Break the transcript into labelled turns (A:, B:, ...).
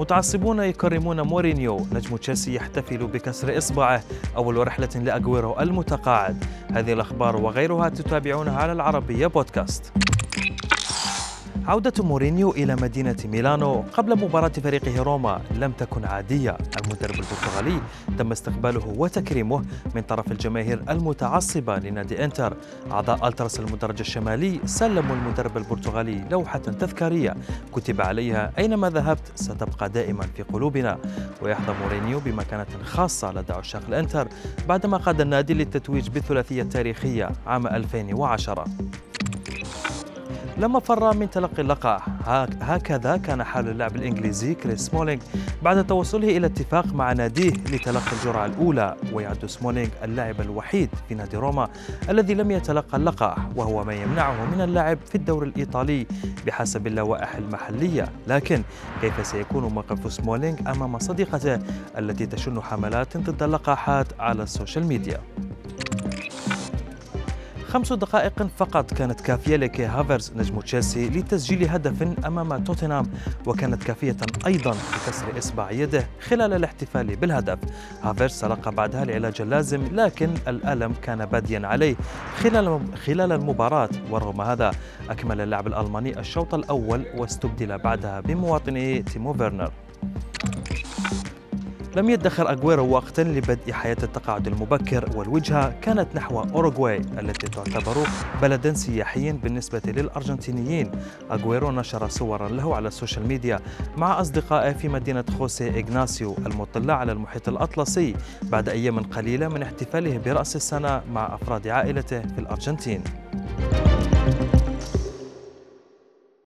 A: متعصبون يكرمون مورينيو، نجم تشيلسي يحتفل بكسر إصبعه، أول رحلة لأغويرو المتقاعد. هذه الأخبار وغيرها تتابعونها على العربية بودكاست. عودة مورينيو إلى مدينة ميلانو قبل مباراة فريقه روما لم تكن عادية. المدرب البرتغالي تم استقباله وتكريمه من طرف الجماهير المتعصبة لنادي إنتر. أعضاء ألتراس المدرج الشمالي سلموا المدرب البرتغالي لوحة تذكارية كتب عليها: أينما ذهبت ستبقى دائما في قلوبنا. ويحظى مورينيو بمكانة خاصة لدى عشاق الإنتر بعدما قاد النادي للتتويج بالثلاثية التاريخية عام 2010. لما فر من تلقي اللقاح، هكذا كان حال اللاعب الإنجليزي كريس سمولينغ بعد توصله إلى اتفاق مع ناديه لتلقي الجرعة الأولى. ويعد سمولينغ اللاعب الوحيد في نادي روما الذي لم يتلقى اللقاح، وهو ما يمنعه من اللعب في الدوري الإيطالي بحسب اللوائح المحلية. لكن كيف سيكون موقف سمولينغ أمام صديقته التي تشن حملات ضد اللقاحات على السوشيال ميديا؟ 5 دقائق فقط كانت كافية لكي هافرز نجم تشيلسي لتسجيل هدف أمام توتنهام، وكانت كافية أيضا لكسر إصبع يده خلال الاحتفال بالهدف. هافرز تلقى بعدها العلاج اللازم، لكن الألم كان باديا عليه خلال المباراة. ورغم هذا أكمل اللاعب الألماني الشوط الأول واستبدل بعدها بمواطنه تيمو فيرنر. لم يدخر أغويرو وقتا لبدء حياة التقاعد المبكر، والوجهة كانت نحو أوروغواي التي تعتبر بلدا سياحيا بالنسبة للأرجنتينيين. أغويرو نشر صورا له على السوشيال ميديا مع أصدقائه في مدينة خوسيه إغناسيو المطلة على المحيط الأطلسي بعد أيام قليلة من احتفاله برأس السنة مع أفراد عائلته في الأرجنتين.